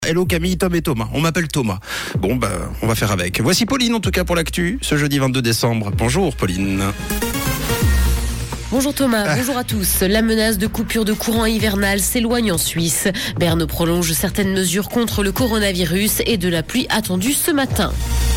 Hello Camille, Tom et Thomas. On m'appelle Thomas. Bon, on va faire avec. Voici Pauline, en tout cas pour l'actu, ce jeudi 22 décembre. Bonjour Pauline. Bonjour Thomas, bonjour à tous. La menace de coupure de courant hivernal s'éloigne en Suisse. Berne prolonge certaines mesures contre le coronavirus et de la pluie attendue ce matin.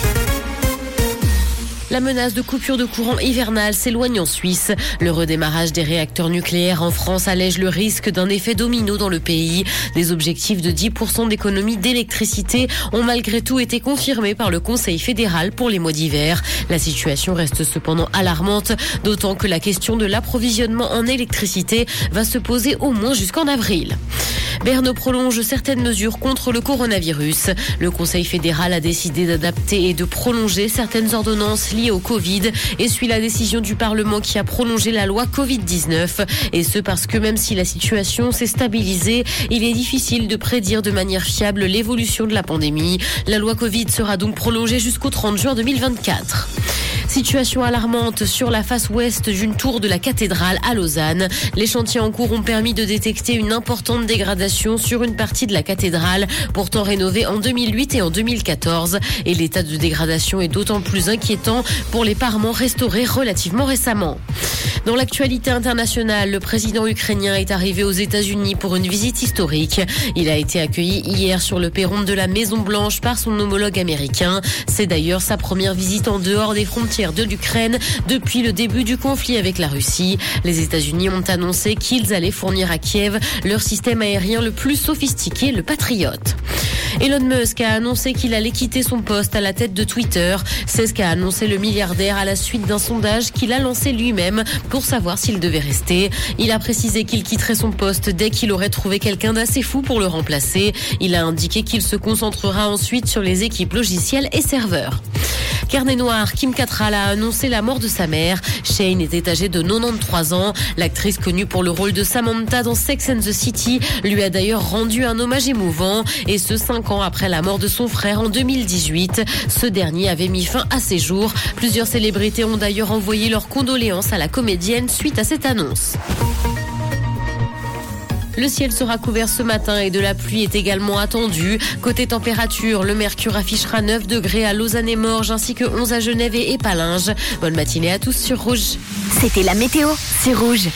La menace de coupure de courant hivernal s'éloigne en Suisse. Le redémarrage des réacteurs nucléaires en France allège le risque d'un effet domino dans le pays. Des objectifs de 10% d'économie d'électricité ont malgré tout été confirmés par le Conseil fédéral pour les mois d'hiver. La situation reste cependant alarmante, d'autant que la question de l'approvisionnement en électricité va se poser au moins jusqu'en avril. Berne prolonge certaines mesures contre le coronavirus. Le Conseil fédéral a décidé d'adapter et de prolonger certaines ordonnances liées au Covid et suit la décision du Parlement qui a prolongé la loi Covid-19. Et ce parce que même si la situation s'est stabilisée, il est difficile de prédire de manière fiable l'évolution de la pandémie. La loi Covid sera donc prolongée jusqu'au 30 juin 2024. Situation alarmante sur la face ouest d'une tour de la cathédrale à Lausanne. Les chantiers en cours ont permis de détecter une importante dégradation sur une partie de la cathédrale, pourtant rénovée en 2008 et en 2014. Et l'état de dégradation est d'autant plus inquiétant pour les parements restaurés relativement récemment. Dans l'actualité internationale, le président ukrainien est arrivé aux États-Unis pour une visite historique. Il a été accueilli hier sur le perron de la Maison-Blanche par son homologue américain. C'est d'ailleurs sa première visite en dehors des frontières de l'Ukraine depuis le début du conflit avec la Russie. Les États-Unis ont annoncé qu'ils allaient fournir à Kiev leur système aérien le plus sophistiqué, le Patriot. Elon Musk a annoncé qu'il allait quitter son poste à la tête de Twitter. C'est ce qu'a annoncé le milliardaire à la suite d'un sondage qu'il a lancé lui-même pour savoir s'il devait rester. Il a précisé qu'il quitterait son poste dès qu'il aurait trouvé quelqu'un d'assez fou pour le remplacer. Il a indiqué qu'il se concentrera ensuite sur les équipes logicielles et serveurs. Carnet noir, Kim Cattrall a annoncé la mort de sa mère. Shane était âgée de 93 ans. L'actrice connue pour le rôle de Samantha dans Sex and the City lui a d'ailleurs rendu un hommage émouvant. Et ce 5 ans après la mort de son frère en 2018. Ce dernier avait mis fin à ses jours. Plusieurs célébrités ont d'ailleurs envoyé leurs condoléances à la comédienne suite à cette annonce. Le ciel sera couvert ce matin et de la pluie est également attendue. Côté température, le mercure affichera 9 degrés à Lausanne et Morges ainsi que 11 à Genève et Épalinges. Bonne matinée à tous sur Rouge. C'était la météo, c'est Rouge.